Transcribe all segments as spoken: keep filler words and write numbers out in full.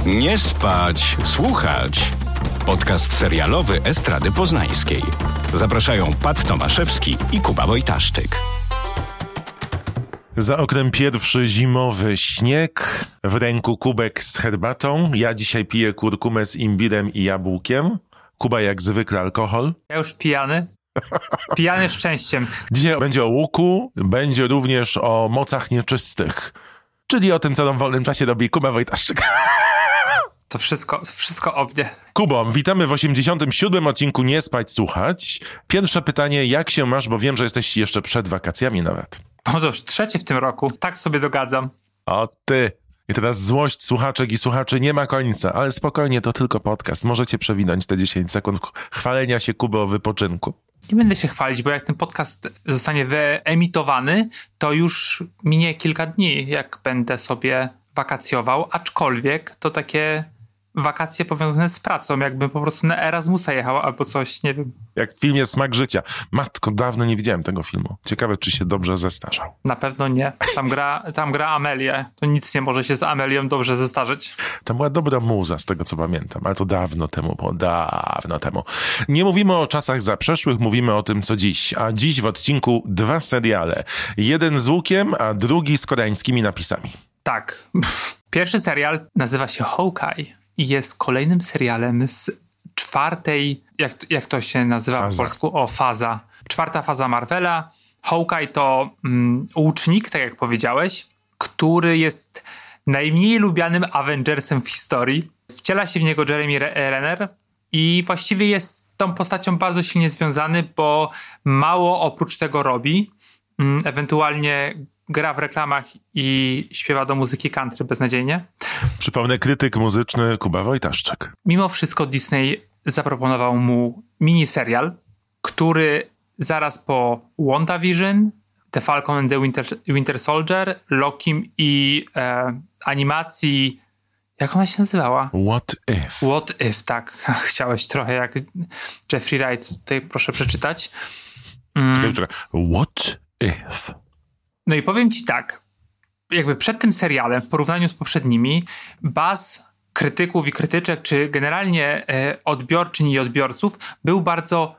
Nie spać, słuchać. Podcast serialowy Estrady Poznańskiej. Zapraszają Pat Tomaszewski i Kuba Wojtaszczyk. Za oknem pierwszy zimowy śnieg, w ręku kubek z herbatą. Ja dzisiaj piję kurkumę z imbirem i jabłkiem. Kuba jak zwykle alkohol. Ja już pijany. Pijany szczęściem. Dzisiaj będzie o łuku, będzie również o mocach nieczystych. Czyli o tym, co nam w wolnym czasie robi Kuba Wojtaszczyk. To wszystko, wszystko o mnie. Kubo, witamy w osiemdziesiątym siódmym odcinku Nie spać, słuchać. Pierwsze pytanie, jak się masz, bo wiem, że jesteś jeszcze przed wakacjami nawet. No to już trzecie w tym roku, tak sobie dogadzam. O ty. I teraz złość słuchaczek i słuchaczy nie ma końca, ale spokojnie, to tylko podcast. Możecie przewinąć te dziesięć sekund chwalenia się Kuby o wypoczynku. Nie będę się chwalić, bo jak ten podcast zostanie wyemitowany, to już minie kilka dni, jak będę sobie wakacjował, aczkolwiek to takie wakacje powiązane z pracą, jakbym po prostu na Erasmusa jechał albo coś, nie wiem. Jak w filmie Smak życia. Matko, dawno nie widziałem tego filmu. Ciekawe, czy się dobrze zestarzał. Na pewno nie. Tam gra, tam gra Amelia. To nic nie może się z Amelią dobrze zestarzeć. Tam była dobra muza, z tego co pamiętam, ale to dawno temu było, dawno temu. Nie mówimy o czasach zaprzeszłych, mówimy o tym, co dziś. A dziś w odcinku dwa seriale. Jeden z łukiem, a drugi z koreańskimi napisami. Tak. Pierwszy serial nazywa się Hawkeye i jest kolejnym serialem z czwartej, jak, jak to się nazywa faza. Po polsku? O, faza. Czwarta faza Marvela. Hawkeye to mm, łucznik, tak jak powiedziałeś, który jest najmniej lubianym Avengersem w historii. Wciela się w niego Jeremy Renner i właściwie jest tą postacią bardzo silnie związany, bo mało oprócz tego robi. Mm, ewentualnie gra w reklamach i śpiewa do muzyki country beznadziejnie. Przypomnę, krytyk muzyczny Kuba Wojtaszczyk. Mimo wszystko Disney zaproponował mu miniserial, który zaraz po WandaVision, The Falcon and the Winter, Winter Soldier, Lokim i e, animacji, jak ona się nazywała? What If. What If, tak. Chciałeś trochę jak Jeffrey Wright, tutaj proszę przeczytać. Mm. Czekaj, czekaj. What If. No i powiem ci tak, jakby przed tym serialem, w porównaniu z poprzednimi, baz krytyków i krytyczek, czy generalnie e, odbiorczyń i odbiorców był bardzo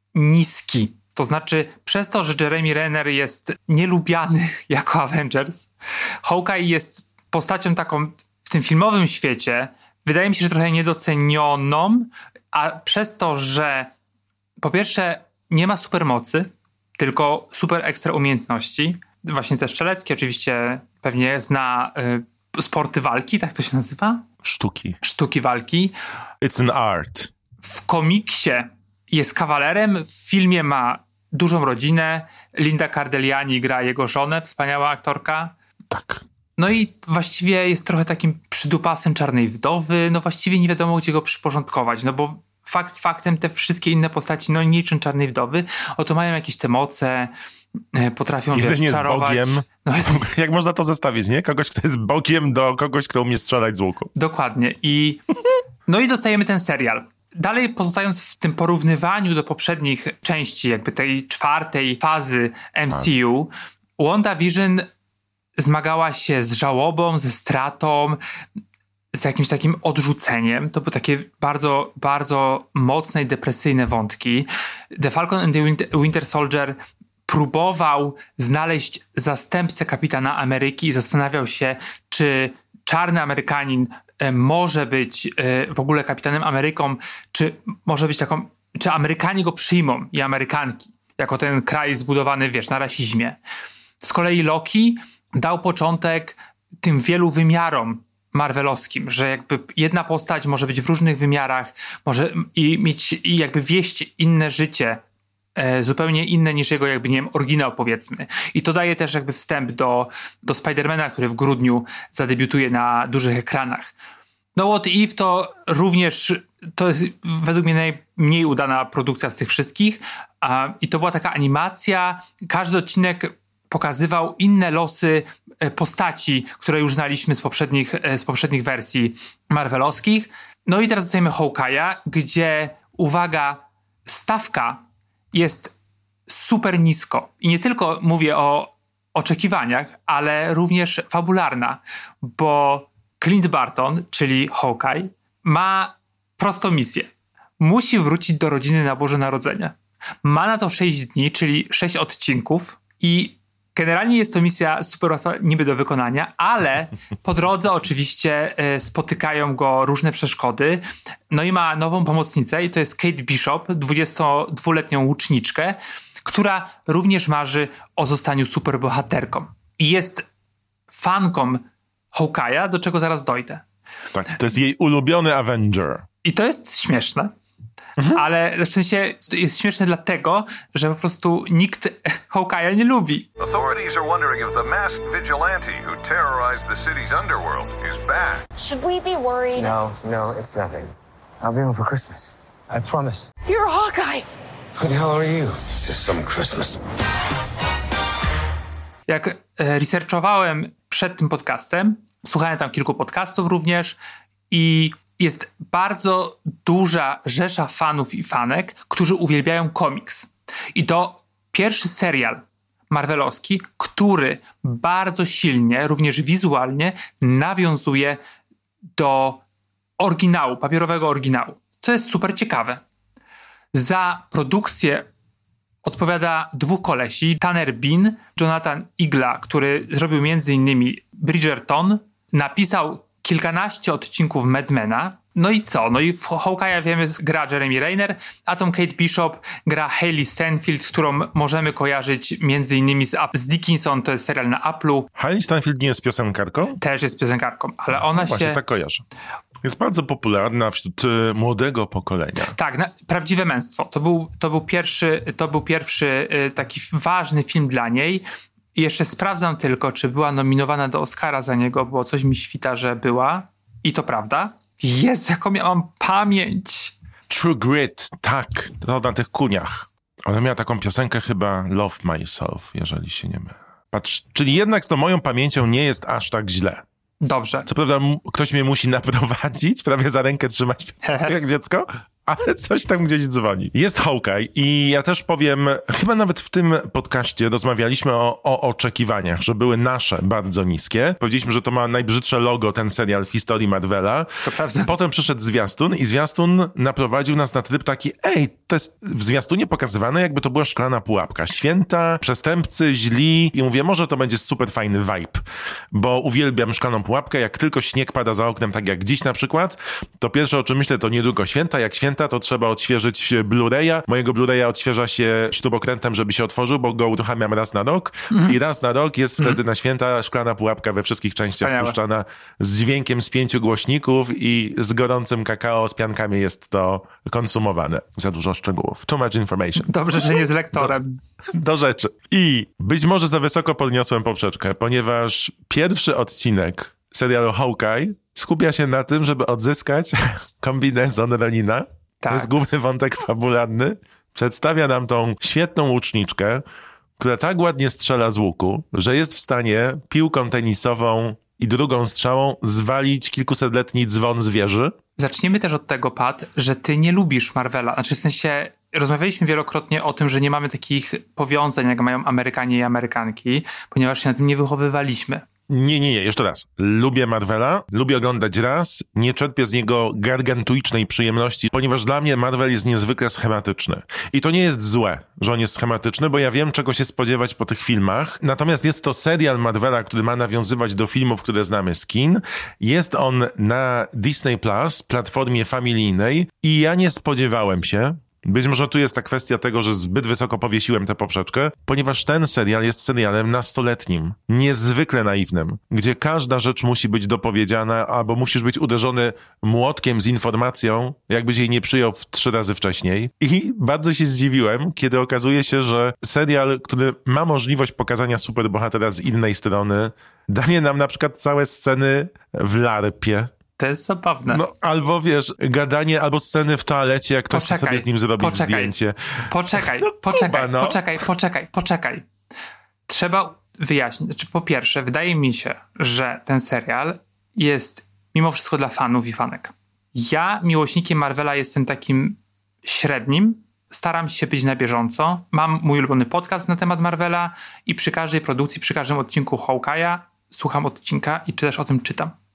niski. To znaczy, przez to, że Jeremy Renner jest nielubiany jako Avengers, Hawkeye jest postacią taką w tym filmowym świecie, wydaje mi się, że trochę niedocenioną, a przez to, że po pierwsze nie ma supermocy, tylko super ekstra umiejętności, właśnie te strzeleckie, oczywiście pewnie zna y, sporty walki, tak to się nazywa? Sztuki. Sztuki walki. It's an art. W komiksie jest kawalerem, w filmie ma dużą rodzinę. Linda Cardellani gra jego żonę, wspaniała aktorka. Tak. No i właściwie jest trochę takim przydupasem Czarnej Wdowy. No właściwie nie wiadomo, gdzie go przyporządkować, no bo fakt faktem te wszystkie inne postaci, no niczym Czarnej Wdowy, oto mają jakieś te moce, potrafią, I wiesz, nie czarować. Z Bogiem. No, jak można to zestawić, nie? Kogoś, kto jest Bogiem do kogoś, kto umie strzelać z łuku. Dokładnie. I no i dostajemy ten serial. Dalej pozostając w tym porównywaniu do poprzednich części, jakby tej czwartej fazy M C U, WandaVision zmagała się z żałobą, ze stratą, z jakimś takim odrzuceniem. To były takie bardzo, bardzo mocne i depresyjne wątki. The Falcon and the Winter Soldier próbował znaleźć zastępcę Kapitana Ameryki i zastanawiał się, czy czarny Amerykanin e, może być e, w ogóle Kapitanem Ameryką, czy może być taką, czy Amerykanie go przyjmą i Amerykanki, jako ten kraj zbudowany, wiesz, na rasizmie. Z kolei Loki dał początek tym wielu wymiarom marvelowskim, że jakby jedna postać może być w różnych wymiarach, może i mieć i jakby wieść inne życie, e, zupełnie inne niż jego jakby, nie wiem, oryginał, powiedzmy. I to daje też jakby wstęp do, do Spidermana, który w grudniu zadebiutuje na dużych ekranach. No What If to również, to jest według mnie najmniej udana produkcja z tych wszystkich, a, i to była taka animacja, każdy odcinek pokazywał inne losy postaci, które już znaliśmy z poprzednich, z poprzednich wersji marvelowskich. No i teraz dostajemy Hawkeye'a, gdzie, uwaga, stawka jest super nisko. I nie tylko mówię o oczekiwaniach, ale również fabularna, bo Clint Barton, czyli Hawkeye, ma prostą misję. Musi wrócić do rodziny na Boże Narodzenie. Ma na to sześć dni, czyli sześć odcinków i generalnie jest to misja super łatwa niby do wykonania, ale po drodze oczywiście y, spotykają go różne przeszkody. No i ma nową pomocnicę i to jest Kate Bishop, dwudziestodwuletnią łuczniczkę, która również marzy o zostaniu superbohaterką. I jest fanką Hawkeye'a, do czego zaraz dojdę. Tak, to jest jej ulubiony Avenger. I to jest śmieszne. Mhm. Ale w sensie jest śmieszne dlatego, że po prostu nikt Hawkeye'a nie lubi. Authorities are wondering if the masked vigilante who terrorized the city's underworld is back. Should we be worried? No, no, it's nothing. I'll be home for Christmas. I promise. You're Hawkeye! Who the hell are you? It's just some Christmas. Jak e, researchowałem przed tym podcastem, słuchałem tam kilku podcastów również i jest bardzo duża rzesza fanów i fanek, którzy uwielbiają komiks. I to pierwszy serial marvelowski, który bardzo silnie, również wizualnie, nawiązuje do oryginału, papierowego oryginału. Co jest super ciekawe. Za produkcję odpowiada dwóch kolesi, Tanner Bean, Jonathan Igla, który zrobił między innymi Bridgerton, napisał kilkanaście odcinków Mad Mena. No i co? No i w Hawkeye'a wiemy, gra Jeremy Renner, a tą Kate Bishop gra Hayley Steinfeld, którą możemy kojarzyć między innymi z, z Dickinson, to jest serial na Apple'u. Hayley Steinfeld nie jest piosenkarką? Też jest piosenkarką, ale ona no właśnie, się... tak kojarzę. Jest bardzo popularna wśród y, młodego pokolenia. Tak, na, Prawdziwe męstwo. To był, to był pierwszy, to był pierwszy y, taki ważny film dla niej. I jeszcze sprawdzam tylko, czy była nominowana do Oscara za niego, bo coś mi świta, że była. I to prawda. Jezu, jaką miałam pamięć. True Grit, tak. To na tych kuniach. Ona miała taką piosenkę chyba Love Myself, jeżeli się nie mylę. Patrz, czyli jednak z tą moją pamięcią nie jest aż tak źle. Dobrze. Co prawda m- ktoś mnie musi naprowadzić, prawie za rękę trzymać jak dziecko, ale coś tam gdzieś dzwoni. Jest Hawkeye i ja też powiem, chyba nawet w tym podcaście rozmawialiśmy o, o oczekiwaniach, że były nasze bardzo niskie. Powiedzieliśmy, że to ma najbrzydsze logo, ten serial w historii Marvela. To prawda. Potem przyszedł zwiastun i zwiastun naprowadził nas na tryb taki, ej, to jest w zwiastunie pokazywane, jakby to była szklana pułapka. Święta, przestępcy, źli i mówię, może to będzie super fajny vibe, bo uwielbiam szklaną pułapkę. Jak tylko śnieg pada za oknem, tak jak dziś na przykład, to pierwsze o czym myślę to nie tylko święta, jak święta to trzeba odświeżyć Blu-raya. Mojego Blu-raya odświeża się śrubokrętem, żeby się otworzył, bo go uruchamiam raz na rok mm. i raz na rok jest mm. wtedy na święta szklana pułapka we wszystkich częściach Wspaniałe. Puszczana z dźwiękiem z pięciu głośników i z gorącym kakao, z piankami jest to konsumowane. Za dużo szczegółów. Too much information. Dobrze, że nie z lektorem. Do, do rzeczy. I być może za wysoko podniosłem poprzeczkę, ponieważ pierwszy odcinek serialu Hawkeye skupia się na tym, żeby odzyskać kombinezon Ronina. Tak. To jest główny wątek fabularny. Przedstawia nam tą świetną łuczniczkę, która tak ładnie strzela z łuku, że jest w stanie piłką tenisową i drugą strzałą zwalić kilkusetletni dzwon z wieży. Zacznijmy też od tego, Pat, że ty nie lubisz Marvela. Znaczy w sensie rozmawialiśmy wielokrotnie o tym, że nie mamy takich powiązań, jak mają Amerykanie i Amerykanki, ponieważ się na tym nie wychowywaliśmy. Nie, nie, nie, jeszcze raz. Lubię Marvela, lubię oglądać raz, nie czerpię z niego gargantuicznej przyjemności, ponieważ dla mnie Marvel jest niezwykle schematyczny. I to nie jest złe, że on jest schematyczny, bo ja wiem, czego się spodziewać po tych filmach. Natomiast jest to serial Marvela, który ma nawiązywać do filmów, które znamy z kin. Jest on na Disney Plus, platformie familijnej i ja nie spodziewałem się, być może tu jest ta kwestia tego, że zbyt wysoko powiesiłem tę poprzeczkę, ponieważ ten serial jest serialem nastoletnim, niezwykle naiwnym, gdzie każda rzecz musi być dopowiedziana, albo musisz być uderzony młotkiem z informacją, jakbyś jej nie przyjął w trzy razy wcześniej. I bardzo się zdziwiłem, kiedy okazuje się, że serial, który ma możliwość pokazania superbohatera z innej strony, daje nam na przykład całe sceny w larpie. To jest zabawne. No, albo wiesz, gadanie, albo sceny w toalecie, jak ktoś poczekaj, sobie z nim zrobi poczekaj, zdjęcie. Poczekaj, no, poczekaj, Kuba, no. poczekaj, poczekaj, poczekaj. Trzeba wyjaśnić. Znaczy, po pierwsze, wydaje mi się, że ten serial jest mimo wszystko dla fanów i fanek. Ja miłośnikiem Marvela jestem takim średnim. Staram się być na bieżąco. Mam mój ulubiony podcast na temat Marvela i przy każdej produkcji, przy każdym odcinku Hawkeye'a słucham odcinka i też o tym czytam.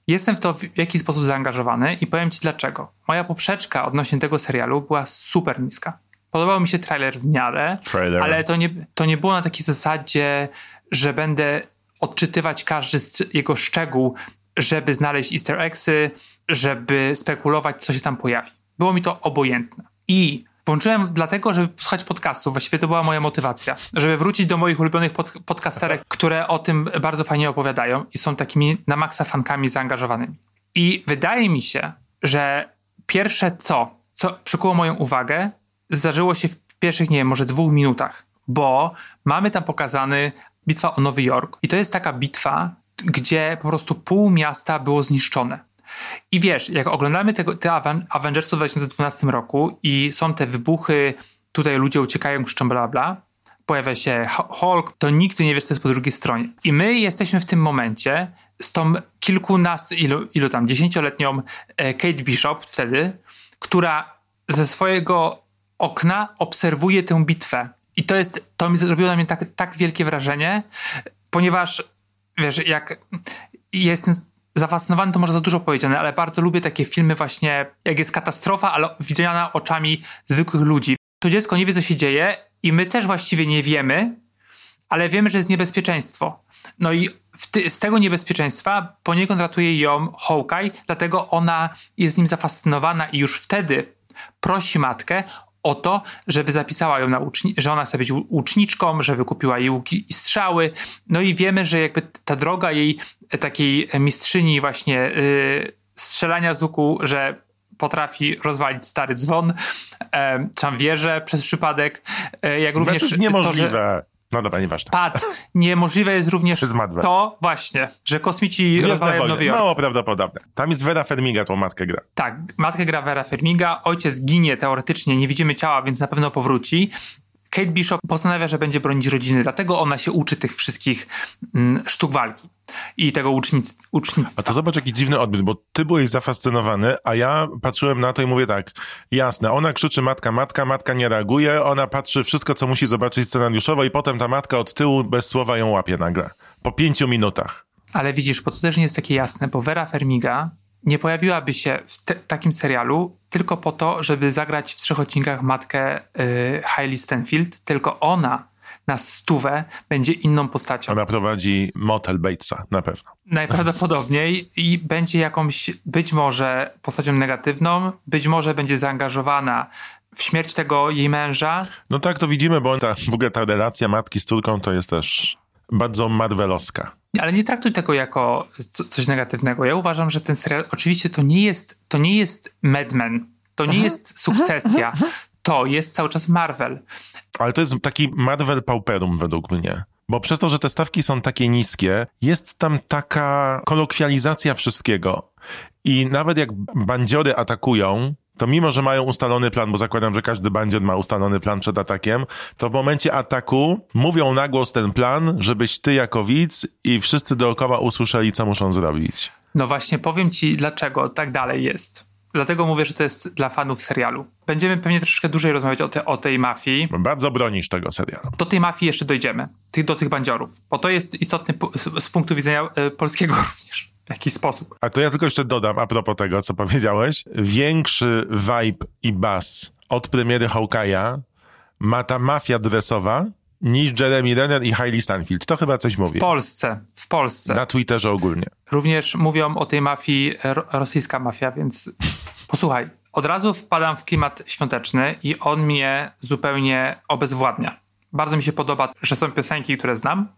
jestem w to w jakiś sposób zaangażowany i powiem ci dlaczego. Moja poprzeczka odnośnie tego serialu była super niska. Podobał mi się trailer w miarę, Trailer. ale to nie, to nie było na takiej zasadzie, że będę odczytywać każdy z jego szczegół, żeby znaleźć easter eggsy, żeby spekulować, co się tam pojawi. Było mi to obojętne. I włączyłem dlatego, żeby posłuchać podcastów. Właściwie to była moja motywacja. Żeby wrócić do moich ulubionych pod- podcasterek, które o tym bardzo fajnie opowiadają i są takimi na maksa fankami zaangażowanymi. I wydaje mi się, że pierwsze co, co przykuło moją uwagę, zdarzyło się w pierwszych, nie wiem, może dwóch minutach. Bo mamy tam pokazany bitwa o Nowy Jork. I to jest taka bitwa, gdzie po prostu pół miasta było zniszczone. I wiesz, jak oglądamy tego, te Avengersów w dwa tysiące dwunastym roku i są te wybuchy, tutaj ludzie uciekają, krzyczą bla bla, pojawia się Hulk, to nigdy nie wiesz, co jest po drugiej stronie. I my jesteśmy w tym momencie z tą kilkunastu, ilu, ilu tam, dziesięcioletnią Kate Bishop wtedy, która ze swojego okna obserwuje tę bitwę. I to jest, to mi zrobiło na mnie tak, tak wielkie wrażenie, ponieważ wiesz, jak jestem zafascynowany, to może za dużo powiedziane, ale bardzo lubię takie filmy właśnie, jak jest katastrofa, ale widziana oczami zwykłych ludzi. To dziecko nie wie, co się dzieje i my też właściwie nie wiemy, ale wiemy, że jest niebezpieczeństwo. No i w ty- z tego niebezpieczeństwa poniekąd ratuje ją Hawkeye, dlatego ona jest nim zafascynowana i już wtedy prosi matkę o to, żeby zapisała ją na uczni- że ona chce być u- łuczniczką, żeby kupiła jej łuki i strzały. No i wiemy, że jakby ta droga jej takiej mistrzyni właśnie yy, strzelania z łuku, że potrafi rozwalić stary dzwon, e, czy tam wieżę przez przypadek, e, jak również to jest niemożliwe. To, że no dobra, nieważne. Pat, niemożliwe jest również jest to właśnie, że kosmici rozwalają Nowy Jork. Mało prawdopodobne. Tam jest Vera Farmiga, tą matkę gra. Tak, matkę gra Vera Farmiga, ojciec ginie teoretycznie, nie widzimy ciała, więc na pewno powróci. Kate Bishop postanawia, że będzie bronić rodziny, dlatego ona się uczy tych wszystkich mm, sztuk walki i tego ucznic- ucznictwa. A to zobacz, jaki dziwny odbyt, bo ty byłeś zafascynowany, a ja patrzyłem na to i mówię tak, jasne, ona krzyczy matka, matka, matka nie reaguje, ona patrzy wszystko, co musi zobaczyć scenariuszowo i potem ta matka od tyłu bez słowa ją łapie nagle. Po pięciu minutach. Ale widzisz, bo to też nie jest takie jasne, bo Vera Farmiga nie pojawiłaby się w te, takim serialu tylko po to, żeby zagrać w trzech odcinkach matkę yy, Hailey Stenfield, tylko ona na stówę będzie inną postacią. Ona prowadzi motel Batesa, na pewno. Najprawdopodobniej i będzie jakąś, być może postacią negatywną, być może będzie zaangażowana w śmierć tego jej męża. No tak to widzimy, bo ta, w ogóle ta relacja matki z córką to jest też bardzo marvelowska. Ale nie traktuj tego jako coś negatywnego. Ja uważam, że ten serial, oczywiście to nie jest, to nie jest Mad Men, to nie jest Sukcesja, to jest cały czas Marvel. Ale to jest taki Marvel pauperum według mnie. Bo przez to, że te stawki są takie niskie, jest tam taka kolokwializacja wszystkiego. I nawet jak bandziory atakują, to mimo, że mają ustalony plan, bo zakładam, że każdy bandzior ma ustalony plan przed atakiem, to w momencie ataku mówią na głos ten plan, żebyś ty jako widz i wszyscy dookoła usłyszeli, co muszą zrobić. No właśnie, powiem ci, dlaczego tak dalej jest. Dlatego mówię, że to jest dla fanów serialu. Będziemy pewnie troszeczkę dłużej rozmawiać o, te, o tej mafii. Bardzo bronisz tego serialu. Do tej mafii jeszcze dojdziemy. Ty, do tych bandziorów. Bo to jest istotne z, z punktu widzenia y, polskiego również. W jakiś sposób. A to ja tylko jeszcze dodam, a propos tego, co powiedziałeś. Większy vibe i buzz od premiery Hawkeye'a ma ta mafia dresowa niż Jeremy Renner i Hailey Stenfield. To chyba coś mówi. W Polsce. W Polsce. Na Twitterze ogólnie. Również mówią o tej mafii, ro, rosyjska mafia, więc posłuchaj. Od razu wpadam w klimat świąteczny i on mnie zupełnie obezwładnia. Bardzo mi się podoba, że są piosenki, które znam,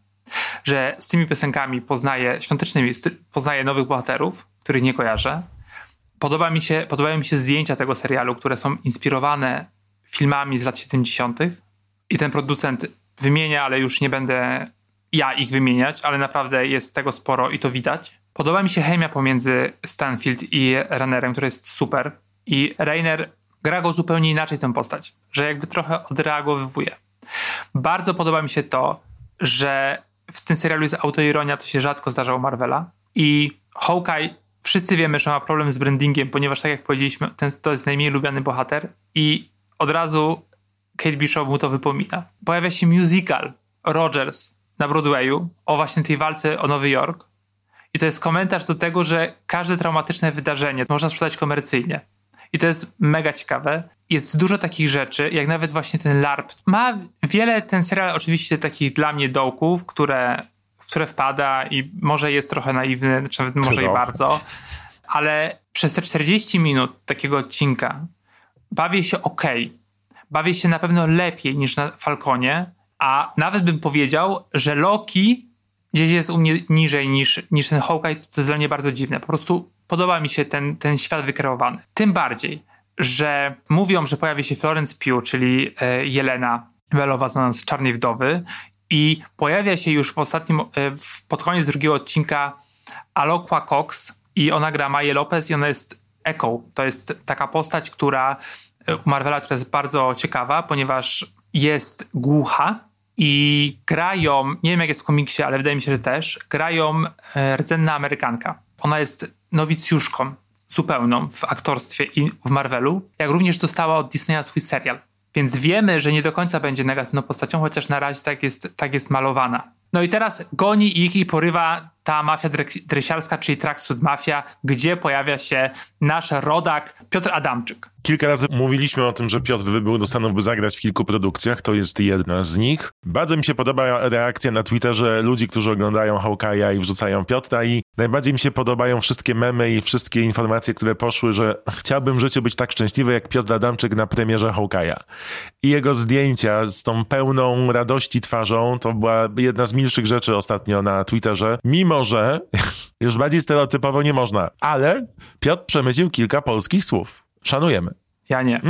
że z tymi piosenkami poznaję, świątecznymi, poznaję nowych bohaterów, których nie kojarzę. Podoba mi się, podobają mi się zdjęcia tego serialu, które są inspirowane filmami z lat siedemdziesiątych. I ten producent wymienia, ale już nie będę ja ich wymieniać, ale naprawdę jest tego sporo i to widać. Podoba mi się chemia pomiędzy Stanfield i Rennerem, która jest super. I Reiner gra go zupełnie inaczej tę postać, że jakby trochę odreagowywuje. Bardzo podoba mi się to, że w tym serialu jest autoironia, to się rzadko zdarza u Marvela. I Hawkeye, wszyscy wiemy, że ma problem z brandingiem, ponieważ tak jak powiedzieliśmy, ten, to jest najmniej lubiany bohater i od razu Kate Bishop mu to wypomina. Pojawia się musical Rogers na Broadwayu o właśnie tej walce o Nowy Jork. I to jest komentarz do tego, że każde traumatyczne wydarzenie można sprzedać komercyjnie. I to jest mega ciekawe. Jest dużo takich rzeczy, jak nawet właśnie ten LARP. Ma wiele ten serial oczywiście takich dla mnie dołków, które, w które wpada i może jest trochę naiwny, czy nawet może Trochę. i bardzo, ale przez te czterdzieści minut takiego odcinka bawię się okej. Bawię się na pewno lepiej niż na Falconie, a nawet bym powiedział, że Loki gdzieś jest u mnie niżej niż, niż ten Hawkeye, to jest dla mnie bardzo dziwne. Po prostu podoba mi się ten, ten świat wykreowany. Tym bardziej, że mówią, że pojawi się Florence Pugh, czyli e, Jelena Belowa znana z Czarnej Wdowy i pojawia się już w ostatnim, e, w, pod koniec drugiego odcinka Alokwa Cox i ona gra Maję Lopez i ona jest Echo. To jest taka postać, która u Marvela, która jest bardzo ciekawa, ponieważ jest głucha i grają, nie wiem jak jest w komiksie, ale wydaje mi się, że też, grają e, rdzenna Amerykanka. Ona jest nowicjuszką zupełną w aktorstwie i w Marvelu, jak również dostała od Disneya swój serial. Więc wiemy, że nie do końca będzie negatywną postacią, chociaż na razie tak jest, tak jest malowana. No i teraz goni ich i porywa ta mafia dre- dresiarska, czyli Tracksuit Mafia, gdzie pojawia się nasz rodak Piotr Adamczyk. Kilka razy mówiliśmy o tym, że Piotr wybył do Stanów, by zagrać w kilku produkcjach. To jest jedna z nich. Bardzo mi się podoba reakcja na Twitterze ludzi, którzy oglądają Hawkeye'a i wrzucają Piotra i najbardziej mi się podobają wszystkie memy i wszystkie informacje, które poszły, że chciałbym w życiu być tak szczęśliwy jak Piotr Adamczyk na premierze Hawkeye'a. I jego zdjęcia z tą pełną radości twarzą to była jedna z milszych rzeczy ostatnio na Twitterze. Mimo, że już bardziej stereotypowo nie można. Ale Piotr przemycił kilka polskich słów. Szanujemy. Ja nie.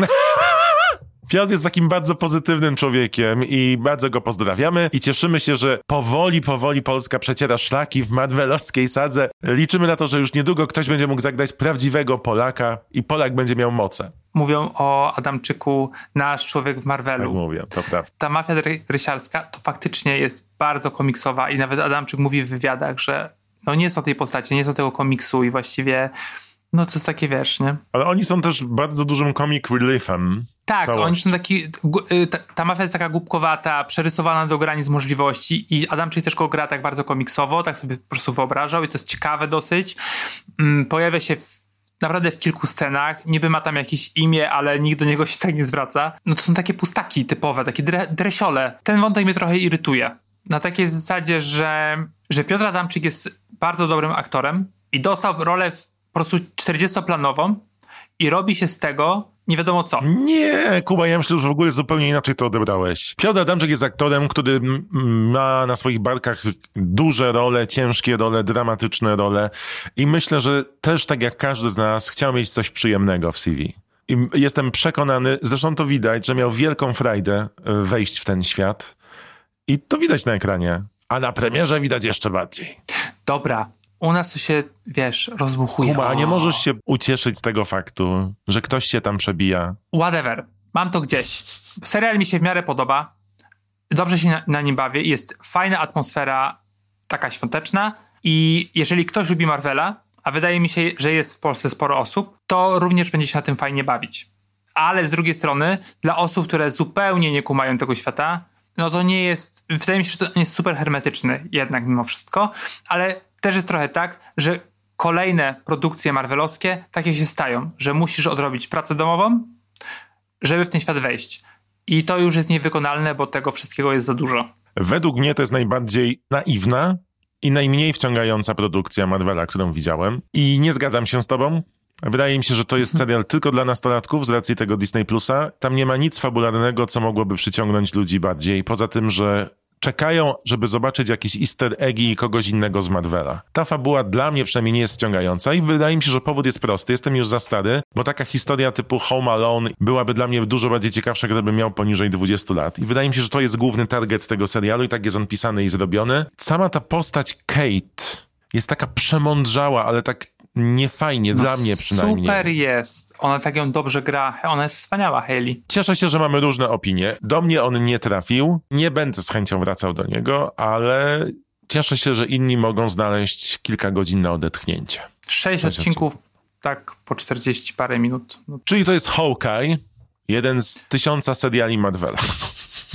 Piotr jest takim bardzo pozytywnym człowiekiem i bardzo go pozdrawiamy i cieszymy się, że powoli, powoli Polska przeciera szlaki w marvelowskiej sadze. Liczymy na to, że już niedługo ktoś będzie mógł zagrać prawdziwego Polaka i Polak będzie miał moce. Mówią o Adamczyku nasz człowiek w Marvelu. Tak mówię, to prawda. Ta mafia dre- dresiarska to faktycznie jest bardzo komiksowa i nawet Adamczyk mówi w wywiadach, że no nie są tej postaci, nie są tego komiksu i właściwie no to jest takie, wiesz, nie? Ale oni są też bardzo dużym comic reliefem. Tak, Całość. oni są taki, ta, ta mafia jest taka głupkowata, przerysowana do granic możliwości i Adamczyk też go gra tak bardzo komiksowo, tak sobie po prostu wyobrażał i to jest ciekawe dosyć. Pojawia się w, naprawdę w kilku scenach, niby ma tam jakieś imię, ale nikt do niego się tak nie zwraca. No to są takie pustaki typowe, takie dre, dresiole. Ten wątek mnie trochę irytuje. Na takiej zasadzie, że, że Piotr Adamczyk jest bardzo dobrym aktorem i dostał rolę w, po prostu czterdziestoplanową i robi się z tego nie wiadomo co. Nie, Kuba, ja myślę, że w ogóle zupełnie inaczej to odebrałeś. Piotr Adamczyk jest aktorem, który m- ma na swoich barkach duże role, ciężkie role, dramatyczne role i myślę, że też tak jak każdy z nas chciał mieć coś przyjemnego w C V. I jestem przekonany, zresztą to widać, że miał wielką frajdę wejść w ten świat i to widać na ekranie, a na premierze widać jeszcze bardziej. Dobra, u nas to się, wiesz, rozbuchuje. Kuba, a nie O. możesz się ucieszyć z tego faktu, że ktoś się tam przebija? Whatever. Mam to gdzieś. Serial mi się w miarę podoba. Dobrze się na, na nim bawię. Jest fajna atmosfera, taka świąteczna i jeżeli ktoś lubi Marvela, a wydaje mi się, że jest w Polsce sporo osób, to również będzie się na tym fajnie bawić. Ale z drugiej strony, dla osób, które zupełnie nie kumają tego świata, no to nie jest, wydaje mi się, że to nie jest super hermetyczny jednak mimo wszystko, ale też jest trochę tak, że kolejne produkcje marvelowskie takie się stają, że musisz odrobić pracę domową, żeby w ten świat wejść. I to już jest niewykonalne, bo tego wszystkiego jest za dużo. Według mnie to jest najbardziej naiwna i najmniej wciągająca produkcja Marvela, którą widziałem. I nie zgadzam się z tobą. Wydaje mi się, że to jest serial tylko dla nastolatków z racji tego Disney Plusa. Tam nie ma nic fabularnego, co mogłoby przyciągnąć ludzi bardziej. Poza tym, że czekają, żeby zobaczyć jakieś easter eggi i kogoś innego z Marvela. Ta fabuła dla mnie przynajmniej nie jest wciągająca i wydaje mi się, że powód jest prosty. Jestem już za stary, bo taka historia typu Home Alone byłaby dla mnie dużo bardziej ciekawsza, gdybym miał poniżej dwudziestu lat. I wydaje mi się, że to jest główny target tego serialu i tak jest on pisany i zrobiony. Sama ta postać Kate jest taka przemądrzała, ale tak niefajnie, No dla mnie przynajmniej. Super jest. Ona tak ją dobrze gra. Ona jest wspaniała, Hayley. Cieszę się, że mamy różne opinie. Do mnie on nie trafił. Nie będę z chęcią wracał do niego, ale cieszę się, że inni mogą znaleźć kilka godzin na odetchnięcie. Sześć Sześć odcinków, tak po czterdzieści parę minut. No, Czyli to jest Hawkeye, jeden z tysiąca seriali Marvela.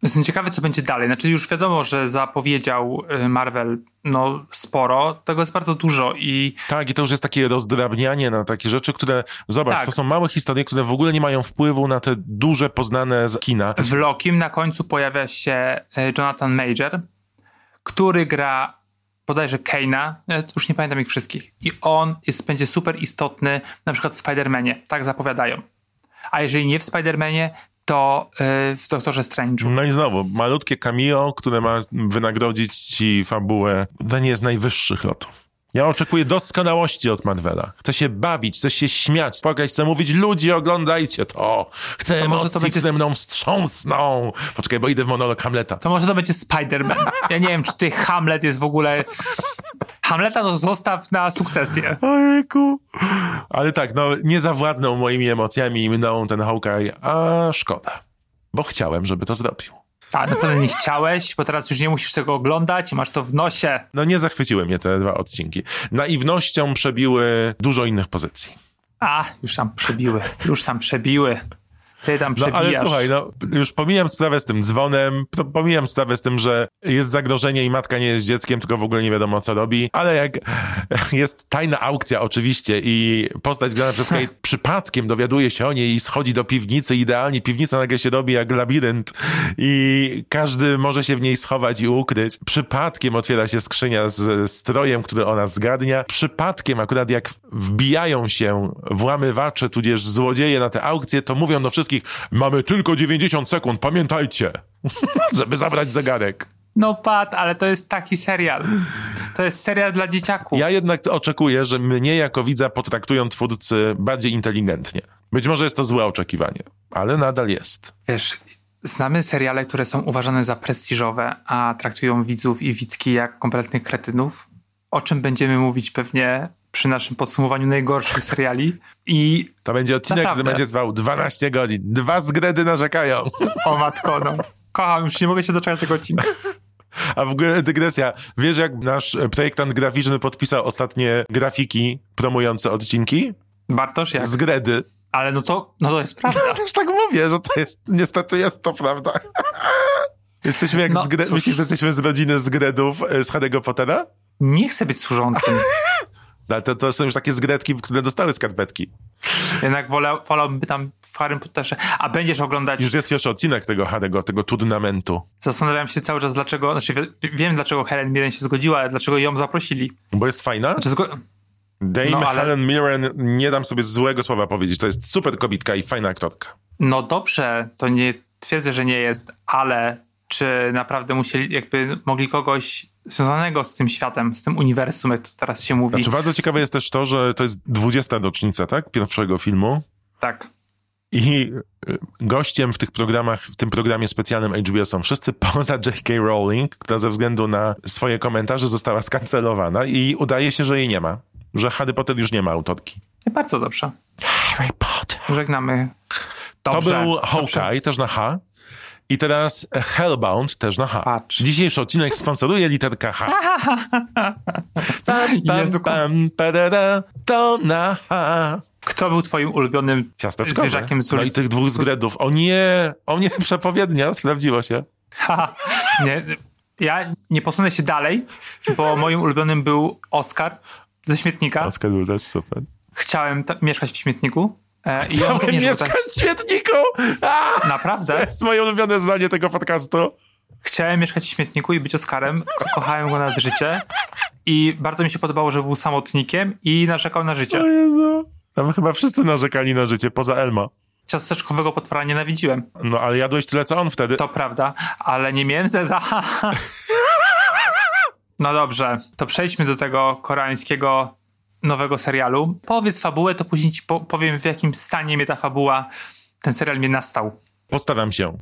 Jestem ciekawy, co będzie dalej. Znaczy już wiadomo, że zapowiedział Marvel no sporo, tego jest bardzo dużo i... Tak, i to już jest takie rozdrabnianie na takie rzeczy, które, zobacz, tak. to są małe historie, które w ogóle nie mają wpływu na te duże, poznane z kina. W Lokim na końcu pojawia się Jonathan Major, który gra bodajże Kane'a, ja już nie pamiętam ich wszystkich. I on jest, będzie super istotny na przykład w Spider-Manie, tak zapowiadają. A jeżeli nie w Spider-Manie, to yy, w Doktorze Strange'u. No i znowu, malutkie cameo, które ma wynagrodzić ci fabułę to nie z najwyższych lotów. Ja oczekuję doskonałości od Marvela. Chcę się bawić, chcę się śmiać, spokojnie, chcę mówić, ludzie, oglądajcie to. Chcę to emocji, może to będzie... które mną wstrząsną. Poczekaj, bo idę w monolog Hamleta. To może to będzie Spider-Man. Ja nie wiem, czy tutaj Hamlet jest w ogóle... Hamleta to zostaw na sukcesję. Ojejku. Ale tak, no nie zawładnął moimi emocjami i mną ten Hawkeye, a szkoda. Bo chciałem, żeby to zrobił. A, no to nie chciałeś, bo teraz już nie musisz tego oglądać, masz to w nosie. No nie zachwyciły mnie te dwa odcinki. Naiwnością przebiły dużo innych pozycji. A, już tam przebiły, już tam przebiły. Ty tam przebijasz. No ale słuchaj, no już pomijam sprawę z tym dzwonem, pomijam sprawę z tym, że jest zagrożenie i matka nie jest dzieckiem, tylko w ogóle nie wiadomo co robi, ale jak jest tajna aukcja oczywiście i postać grana przez Kate przypadkiem dowiaduje się o niej i schodzi do piwnicy, idealnie piwnica nagle się robi jak labirynt i każdy może się w niej schować i ukryć. Przypadkiem otwiera się skrzynia z strojem, który ona zgadnia. Przypadkiem akurat jak wbijają się włamywacze, tudzież złodzieje na tę aukcję, to mówią do wszystkich: mamy tylko dziewięćdziesiąt sekund, pamiętajcie, żeby zabrać zegarek. No Pat, ale to jest taki serial. To jest serial dla dzieciaków. Ja jednak oczekuję, że mnie jako widza potraktują twórcy bardziej inteligentnie. Być może jest to złe oczekiwanie, ale nadal jest. Wiesz, znamy seriale, które są uważane za prestiżowe, a traktują widzów i widzki jak kompletnych kretynów, o czym będziemy mówić pewnie przy naszym podsumowaniu najgorszych seriali. I to będzie odcinek, naprawdę, który będzie trwał dwanaście godzin. Dwa zgredy narzekają. O matko, no. Kocham, już nie mogę się doczekać tego odcinka. A w ogóle dygresja. Wiesz, jak nasz projektant graficzny podpisał ostatnie grafiki promujące odcinki? Bartosz, jak? Zgredy. Ale no to, no to jest prawda. Ja też tak mówię, że to jest, niestety jest to prawda. Jesteśmy jak no, z gre... Myślisz, że jesteśmy z rodziny zgredów z Harry'ego Pottera? Nie chcę być służącym. Ale to, to są już takie zgredki, które dostały skarpetki. Jednak wolał, wolałbym tam w Harrym Potterze. A będziesz oglądać... Już jest pierwszy odcinek tego Harry'ego, tego turnamentu. Zastanawiam się cały czas, dlaczego... Znaczy wie, wiem, dlaczego Helen Mirren się zgodziła, ale dlaczego ją zaprosili. Bo jest fajna? Znaczy, zgo... Dame no, ale... Helen Mirren, nie dam sobie złego słowa powiedzieć. To jest super kobitka i fajna aktorka. No dobrze, to nie twierdzę, że nie jest, ale czy naprawdę musieli, jakby mogli kogoś związanego z tym światem, z tym uniwersum, jak to teraz się mówi. Znaczy bardzo ciekawe jest też to, że to jest dwudziesta rocznica, tak? Pierwszego filmu. Tak. I gościem w tych programach, w tym programie specjalnym H B O są wszyscy poza J K. Rowling, która ze względu na swoje komentarze została skancelowana i udaje się, że jej nie ma. Że Harry Potter już nie ma autorki. I bardzo dobrze. Harry Potter. Żegnamy. Dobrze, to był Hawkeye, dobrze. też na H. I teraz Hellbound, też na H. Patrz. Dzisiejszy odcinek sponsoruje literka H. Pam, pam, Jezu, pam, padada, to na H. Kto był twoim ulubionym Ciasteczkowy. zwierzakiem z No i ulicy? tych dwóch zgredów. O nie, o nie, przepowiednia, sprawdziło się. Ha, nie, ja nie posunę się dalej, bo moim ulubionym był Oscar ze Śmietnika. Oscar był też super. Chciałem ta- mieszkać w śmietniku. E, i on Chciałem również mieszkać był w śmietniku! A! tak- Naprawdę? To jest moje ulubione zdanie tego podcastu. Chciałem mieszkać w śmietniku i być Oscarem. Ko- kochałem go nad życie. I bardzo mi się podobało, że był samotnikiem i narzekał na O życie. Jezu. Tam chyba wszyscy narzekali na życie, poza Elma. Ciasteczkowego potwora nienawidziłem. No, ale jadłeś tyle, co on wtedy. To prawda, ale nie miałem zeza. No dobrze, to przejdźmy do tego koreańskiego nowego serialu. Powiedz fabułę, to później ci po- powiem, w jakim stanie mnie ta fabuła, ten serial mnie nastał. Postaram się.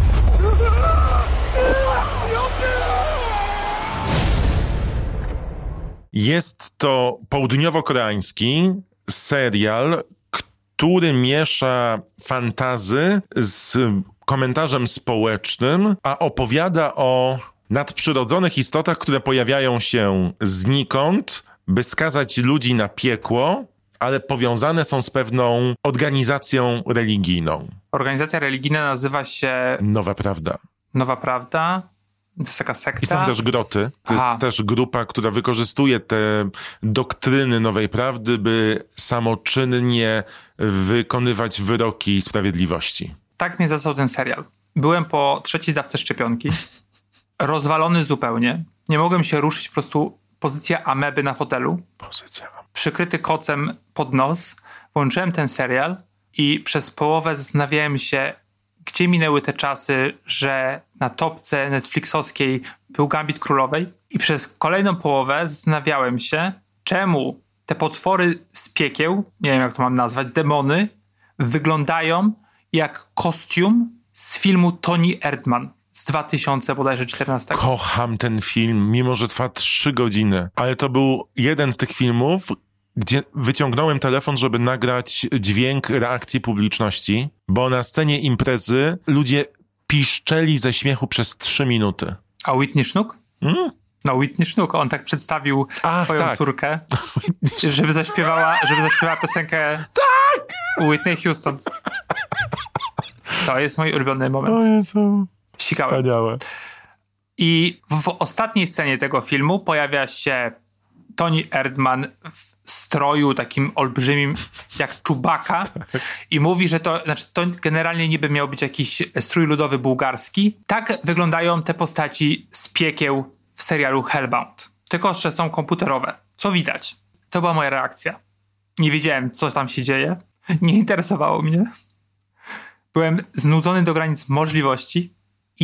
Jest to południowo-koreański serial, który miesza fantazy z komentarzem społecznym, a opowiada o nadprzyrodzonych istotach, które pojawiają się znikąd, by skazać ludzi na piekło, ale powiązane są z pewną organizacją religijną. Organizacja religijna nazywa się Nowa Prawda. Nowa Prawda. To jest taka sekta. I są też groty. To Aha. jest też grupa, która wykorzystuje te doktryny Nowej Prawdy, by samoczynnie wykonywać wyroki sprawiedliwości. Tak mnie zastał ten serial. Byłem po trzeciej dawce szczepionki. Rozwalony zupełnie. Nie mogłem się ruszyć, po prostu pozycja ameby na fotelu. Pozycja. Przykryty kocem pod nos. Włączyłem ten serial i przez połowę zastanawiałem się, gdzie minęły te czasy, że na topce netflixowskiej był Gambit Królowej. I przez kolejną połowę zastanawiałem się, czemu te potwory z piekieł, nie wiem jak to mam nazwać, demony, wyglądają jak kostium z filmu Toni Erdmann z dwa tysiące bodajże czternastego. Kocham ten film, mimo że trwa trzy godziny. Ale to był jeden z tych filmów, gdzie wyciągnąłem telefon, żeby nagrać dźwięk reakcji publiczności, bo na scenie imprezy ludzie piszczeli ze śmiechu przez trzy minuty. A Whitney Sznuk? Hmm? No Whitney Sznuk, on tak przedstawił Ach, swoją tak. córkę, żeby zaśpiewała, żeby zaśpiewała piosenkę tak! Whitney Houston. To jest mój ulubiony moment. Jezu. Sikałem. Wspaniałe. I w ostatniej scenie tego filmu pojawia się Toni Erdmann w stroju takim olbrzymim jak Chewbacca i mówi, że to, znaczy to generalnie niby miał być jakiś strój ludowy bułgarski. Tak wyglądają te postaci z piekieł w serialu Hellbound. Tylko, że są komputerowe. Co widać? To była moja reakcja. Nie wiedziałem, co tam się dzieje. Nie interesowało mnie. Byłem znudzony do granic możliwości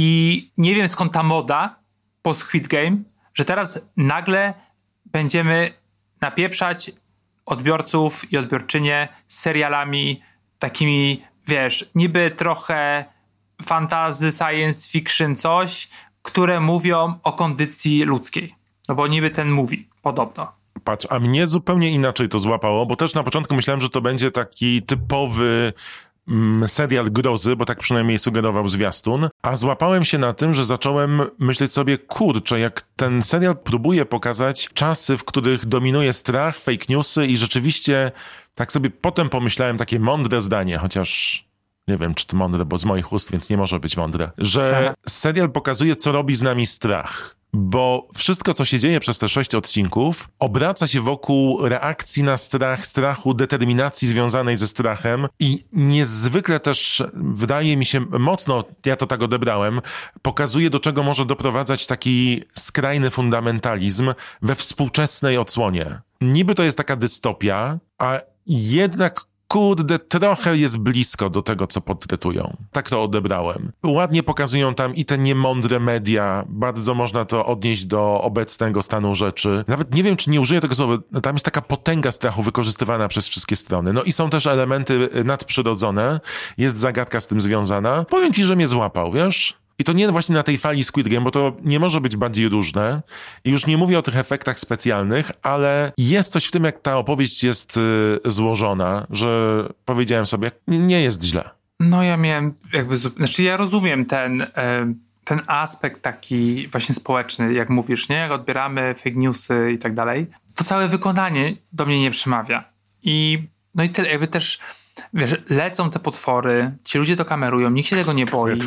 i nie wiem skąd ta moda po Squid Game, że teraz nagle będziemy napieprzać odbiorców i odbiorczynie z serialami takimi, wiesz, niby trochę fantasy, science fiction, coś, które mówią o kondycji ludzkiej. No bo niby ten mówi, podobno. Patrz, a mnie zupełnie inaczej to złapało, bo też na początku myślałem, że to będzie taki typowy mm, serial grozy, bo tak przynajmniej sugerował zwiastun, a złapałem się na tym, że zacząłem myśleć sobie, kurczę, jak ten serial próbuje pokazać czasy, w których dominuje strach, fake newsy i rzeczywiście tak sobie potem pomyślałem takie mądre zdanie, chociaż nie wiem, czy to mądre, bo z moich ust, więc nie może być mądre, że serial pokazuje, co robi z nami strach. Bo wszystko, co się dzieje przez te sześć odcinków, obraca się wokół reakcji na strach, strachu, determinacji związanej ze strachem i niezwykle też, wydaje mi się, mocno, ja to tak odebrałem, pokazuje, do czego może doprowadzać taki skrajny fundamentalizm we współczesnej odsłonie. Niby to jest taka dystopia, a jednak kurde, trochę jest blisko do tego, co portretują. Tak to odebrałem. Ładnie pokazują tam i te niemądre media. Bardzo można to odnieść do obecnego stanu rzeczy. Nawet nie wiem, czy nie użyję tego słowa. Tam jest taka potęga strachu wykorzystywana przez wszystkie strony. No i są też elementy nadprzyrodzone. Jest zagadka z tym związana. Powiem ci, że mnie złapał, wiesz? I to nie właśnie na tej fali Squid Game, bo to nie może być bardziej różne. I już nie mówię o tych efektach specjalnych, ale jest coś w tym, jak ta opowieść jest y, złożona, że powiedziałem sobie, nie jest źle. No ja miałem jakby, znaczy ja rozumiem ten, y, ten aspekt taki właśnie społeczny, jak mówisz, nie? Jak odbieramy fake newsy i tak dalej. To całe wykonanie do mnie nie przemawia. I no i tyle, jakby też, wiesz, lecą te potwory, ci ludzie to kamerują, nikt się tego nie boi.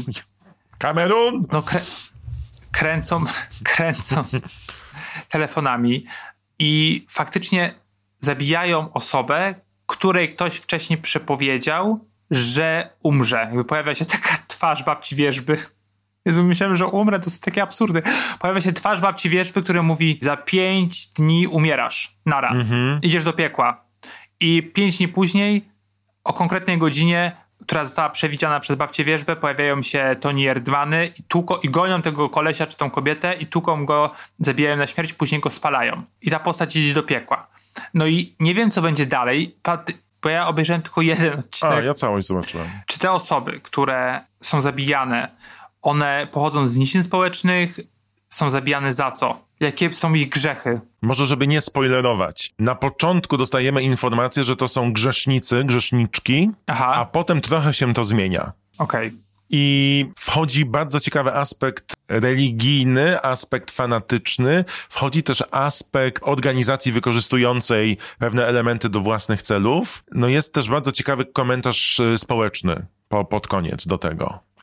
Kamerun! No krę- kręcą, kręcą telefonami i faktycznie zabijają osobę, której ktoś wcześniej przepowiedział, że umrze. Jakby pojawia się taka twarz babci Wierzby. Jezu, myślałem, że umrę, to są takie absurdy. Pojawia się twarz babci Wierzby, która mówi, za pięć dni umierasz. Nara. Mhm. Idziesz do piekła. I pięć dni później, o konkretnej godzinie, która została przewidziana przez babcię Wierzbę, pojawiają się Toni Erdmanny i, tuko, i gonią tego kolesia czy tą kobietę i tuką go, zabijają na śmierć, później go spalają. I ta postać idzie do piekła. No i nie wiem, co będzie dalej, bo ja obejrzałem tylko jeden odcinek. A, ja całość zobaczyłem. Czy te osoby, które są zabijane, one pochodzą z niczym społecznych, są zabijane za co? Jakie są ich grzechy? Może, żeby nie spoilerować. Na początku dostajemy informację, że to są grzesznicy, grzeszniczki, Aha. a potem trochę się to zmienia. Okej. Okay. I wchodzi bardzo ciekawy aspekt religijny, aspekt fanatyczny, wchodzi też aspekt organizacji wykorzystującej pewne elementy do własnych celów. No jest też bardzo ciekawy komentarz społeczny po, pod koniec do tego.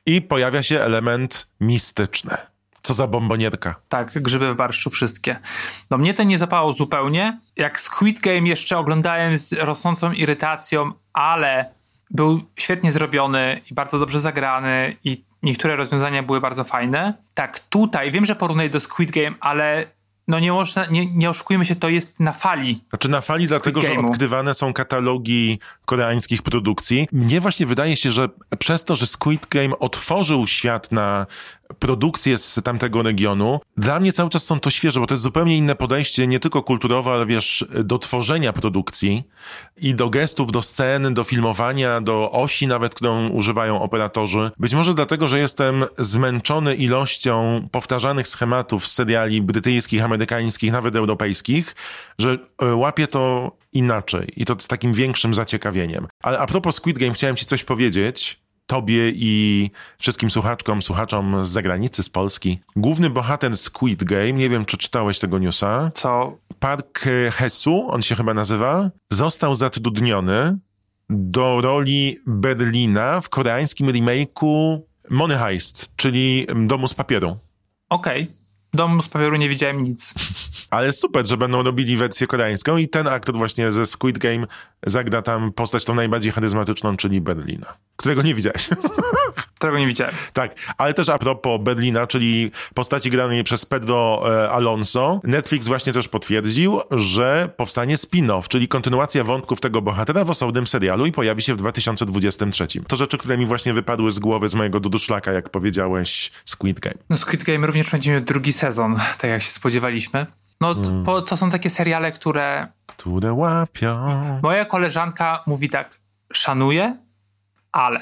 I pojawia się element mistyczny. Co za bombonierka. Tak, grzyby w barszczu wszystkie. No mnie to nie zapało zupełnie. Jak Squid Game jeszcze oglądałem z rosnącą irytacją, ale był świetnie zrobiony i bardzo dobrze zagrany i niektóre rozwiązania były bardzo fajne. Tak tutaj, wiem, że porównuję do Squid Game, ale no nie można, nie, nie oszukujmy się, to jest na fali. Znaczy na fali dlatego, Game'u. że odkrywane są katalogi koreańskich produkcji. Mnie właśnie wydaje się, że przez to, że Squid Game otworzył świat na produkcje z tamtego regionu, dla mnie cały czas są to świeże, bo to jest zupełnie inne podejście, nie tylko kulturowe, ale wiesz, do tworzenia produkcji i do gestów, do scen, do filmowania, do osi nawet, którą używają operatorzy. Być może dlatego, że jestem zmęczony ilością powtarzanych schematów z seriali brytyjskich, amerykańskich, nawet europejskich, że łapię to inaczej i to z takim większym zaciekawieniem. Ale a propos Squid Game, chciałem ci coś powiedzieć. Tobie i wszystkim słuchaczkom, słuchaczom z zagranicy, z Polski. Główny bohater Squid Game, nie wiem, czy czytałeś tego newsa. Co? Park Hae-soo, on się chyba nazywa, został zatrudniony do roli Berlina w koreańskim remake'u Money Heist, czyli Domu z papieru. Okej. Okay. Domu z papieru nie widziałem nic. Ale super, że będą robili wersję koreańską i ten aktor właśnie ze Squid Game zagra tam postać tą najbardziej charyzmatyczną, czyli Berlina, którego nie widziałeś. Którego nie widziałem. Tak, ale też a propos Berlina, czyli postaci granej przez Pedro e, Alonso, Netflix właśnie też potwierdził, że powstanie spin-off, czyli kontynuacja wątków tego bohatera w osobnym serialu i pojawi się w dwa tysiące dwudziestym trzecim. To rzeczy, które mi właśnie wypadły z głowy, z mojego duduszlaka, jak powiedziałeś, Squid Game. No Squid Game również będzie miał drugi sezon, tak jak się spodziewaliśmy. No to, mm. po, to są takie seriale, które... Które łapią... Moja koleżanka mówi tak, szanuję, ale...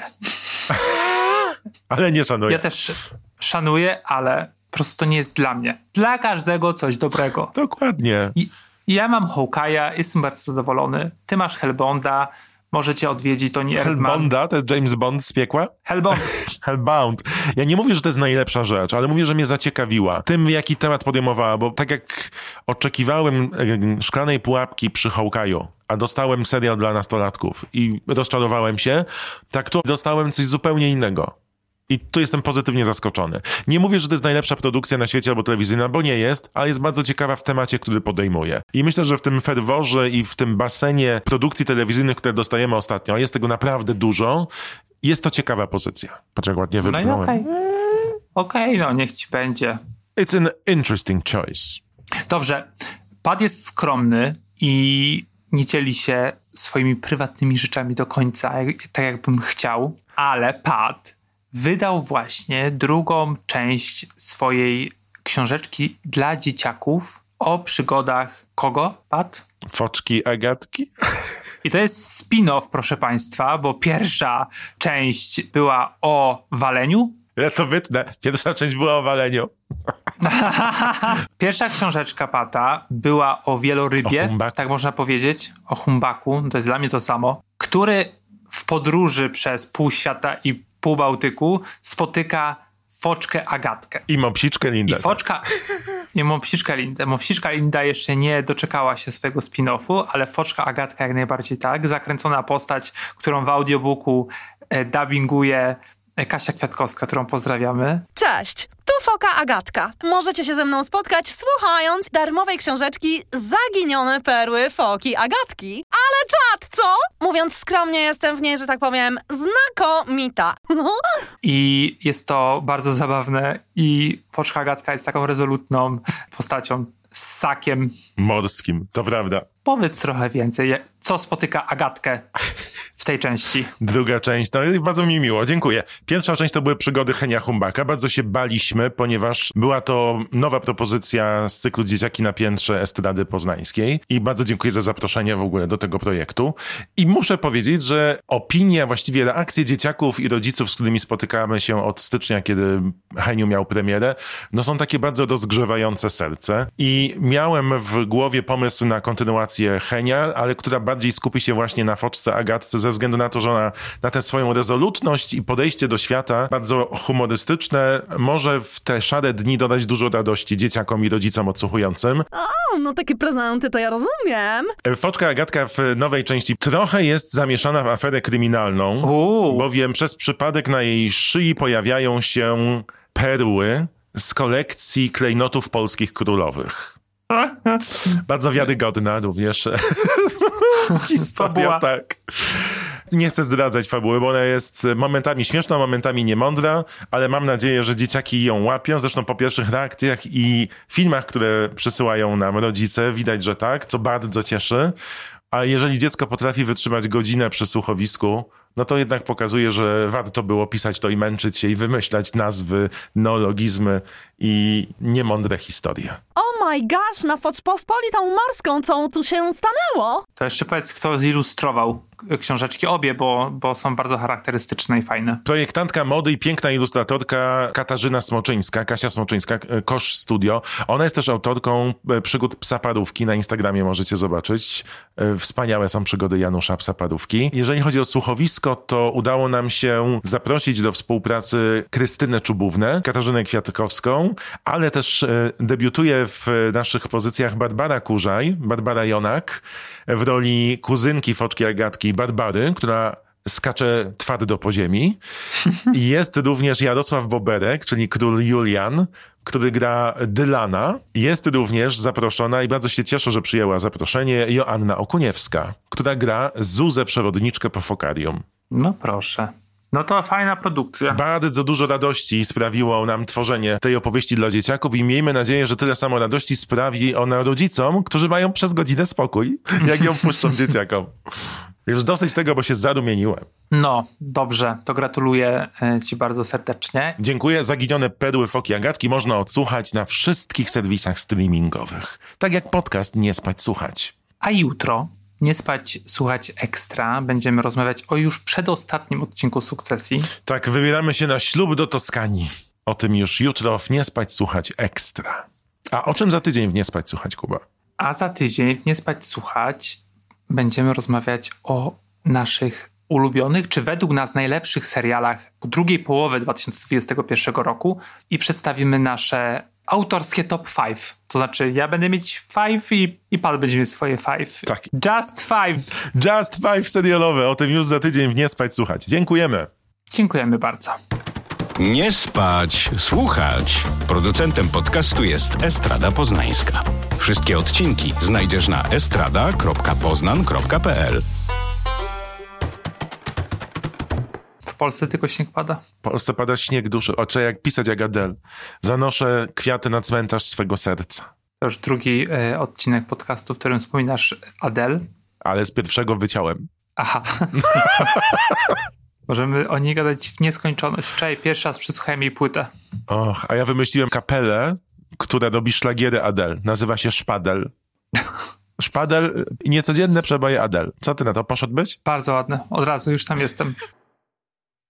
Ale nie szanuję. Ja też szanuję, ale po prostu to nie jest dla mnie. Dla każdego coś dobrego. Dokładnie. I, ja mam Hawkeye'a, jestem bardzo zadowolony. Ty masz Hellbounda, może cię odwiedzi Tony Erdman. Hellbounda? To jest James Bond z piekła? Hellbound. Hellbound. Ja nie mówię, że to jest najlepsza rzecz, ale mówię, że mnie zaciekawiła. Tym, jaki temat podejmowała, bo tak jak oczekiwałem szklanej pułapki przy Hawkeye'u, a dostałem serial dla nastolatków i rozczarowałem się, tak tu dostałem coś zupełnie innego. I tu jestem pozytywnie zaskoczony. Nie mówię, że to jest najlepsza produkcja na świecie albo telewizyjna, bo nie jest, ale jest bardzo ciekawa w temacie, który podejmuje. I myślę, że w tym ferworze i w tym basenie produkcji telewizyjnych, które dostajemy ostatnio, a jest tego naprawdę dużo, jest to ciekawa pozycja. Patrz, jak ładnie wybrnąłem. No okej, okay. okay, no niech ci będzie. It's an interesting choice. Dobrze. Pat jest skromny i nie dzieli się swoimi prywatnymi rzeczami do końca, jak, tak jakbym chciał, ale Pat wydał właśnie drugą część swojej książeczki dla dzieciaków o przygodach kogo, Pat? Foczki Agatki? I to jest spin-off, proszę państwa, bo pierwsza część była o waleniu. Ja to wytnę. Pierwsza część była o waleniu. Pierwsza książeczka Pata była o wielorybie, o tak można powiedzieć, o humbaku, to jest dla mnie to samo, który w podróży przez pół świata i pół Bałtyku spotyka foczkę Agatkę. I mopsiczkę Lindę. I foczka... Nie, mopsiczkę Lindę. Mopsiczka Linda jeszcze nie doczekała się swojego spin-offu, ale foczka Agatka jak najbardziej tak. Zakręcona postać, którą w audiobooku e, dubbinguje Kasia Kwiatkowska, którą pozdrawiamy. Cześć, tu Foka Agatka. Możecie się ze mną spotkać słuchając darmowej książeczki Zaginione perły Foki Agatki. Ale czad, co? Mówiąc skromnie, jestem w niej, że tak powiem, znakomita. I jest to bardzo zabawne i Foczka Agatka jest taką rezolutną postacią z ssakiem morskim, to prawda. Powiedz trochę więcej, co spotyka Agatkę w tej części. Druga część, no bardzo mi miło, dziękuję. Pierwsza część to były przygody Henia Humbaka. Bardzo się baliśmy, ponieważ była to nowa propozycja z cyklu Dzieciaki na piętrze Estrady Poznańskiej i bardzo dziękuję za zaproszenie w ogóle do tego projektu. I muszę powiedzieć, że opinia, właściwie reakcje dzieciaków i rodziców, z którymi spotykamy się od stycznia, kiedy Heniu miał premierę, no są takie bardzo rozgrzewające serce. I miałem w głowie pomysł na kontynuację Henia, ale która bardziej skupi się właśnie na foczce Agatce ze względu na to, że ona na tę swoją rezolutność i podejście do świata bardzo humorystyczne może w te szare dni dodać dużo radości dzieciakom i rodzicom odsłuchującym. O, no takie prezenty to ja rozumiem. Foczka Agatka w nowej części trochę jest zamieszana w aferę kryminalną, Uuu. bowiem przez przypadek na jej szyi pojawiają się perły z kolekcji klejnotów polskich królowych. Bardzo wiarygodna również historia, Fabuła. tak. Nie chcę zdradzać fabuły, bo ona jest momentami śmieszna, momentami niemądra, ale mam nadzieję, że dzieciaki ją łapią. Zresztą po pierwszych reakcjach i filmach, które przysyłają nam rodzice, widać, że tak, co bardzo cieszy. A jeżeli dziecko potrafi wytrzymać godzinę przy słuchowisku, no to jednak pokazuje, że warto było pisać to i męczyć się i wymyślać nazwy, neologizmy i niemądre historie. Oh my gosh, na Rzeczpospolitą Morską, co tu się stanęło? To jeszcze powiedz, kto zilustrował książeczki, obie, bo, bo są bardzo charakterystyczne i fajne. Projektantka mody i piękna ilustratorka Katarzyna Smoczyńska, Kasia Smoczyńska, Kosz Studio. Ona jest też autorką przygód Psa Parówki. Na Instagramie możecie zobaczyć. Wspaniałe są przygody Janusza Psa Parówki. Jeżeli chodzi o słuchowisko, to udało nam się zaprosić do współpracy Krystynę Czubównę, Katarzynę Kwiatkowską, ale też debiutuje w naszych pozycjach Barbara Kurzaj, Barbara Jonak, w roli kuzynki Foczki Agatki Barbary, która skacze twardo po ziemi. I jest również Jarosław Boberek, czyli król Julian, który gra Dylana. Jest również zaproszona i bardzo się cieszę, że przyjęła zaproszenie Joanna Okuniewska, która gra Zuzę Przewodniczkę po Fokarium. No proszę. No to fajna produkcja. Bardzo dużo radości sprawiło nam tworzenie tej opowieści dla dzieciaków i miejmy nadzieję, że tyle samo radości sprawi ona rodzicom, którzy mają przez godzinę spokój, jak ją puszczą dzieciakom. Już dosyć tego, bo się zarumieniłem. No, dobrze, to gratuluję ci bardzo serdecznie. Dziękuję. Zaginione perły Foki Agatki można odsłuchać na wszystkich serwisach streamingowych. Tak jak podcast Nie spać, słuchać. A jutro Nie spać, słuchać ekstra. Będziemy rozmawiać o już przedostatnim odcinku Sukcesji. Tak, wybieramy się na ślub do Toskanii. O tym już jutro w Nie spać, słuchać ekstra. A o czym za tydzień w Nie spać, słuchać, Kuba? A za tydzień w Nie spać, słuchać będziemy rozmawiać o naszych ulubionych, czy według nas najlepszych serialach drugiej połowy dwa tysiące dwudziestego pierwszego roku i przedstawimy nasze autorskie top pięć. To znaczy ja będę mieć five i, i Paweł będzie mieć swoje five. Tak. Just five. Just Five serialowe. O tym już za tydzień w Nie spać, słuchać. Dziękujemy. Dziękujemy bardzo. Nie spać, słuchać. Producentem podcastu jest Estrada Poznańska. Wszystkie odcinki znajdziesz na estrada kropka poznan kropka p l. W Polsce tylko śnieg pada. W Polsce pada śnieg duszy. Oczy jak pisać jak Adele. Zanoszę kwiaty na cmentarz swego serca. To już drugi e, odcinek podcastu, w którym wspominasz Adele. Ale z pierwszego wyciąłem. Aha. Możemy o niej gadać w nieskończoność. Wczoraj pierwszy raz przesłuchałem jej płytę. Och, a ja wymyśliłem kapelę, która robi szlagiery Adele. Nazywa się Szpadel. Szpadel i niecodzienne przeboje Adele. Co ty na to? Poszedłbyś? Bardzo ładne. Od razu już tam jestem.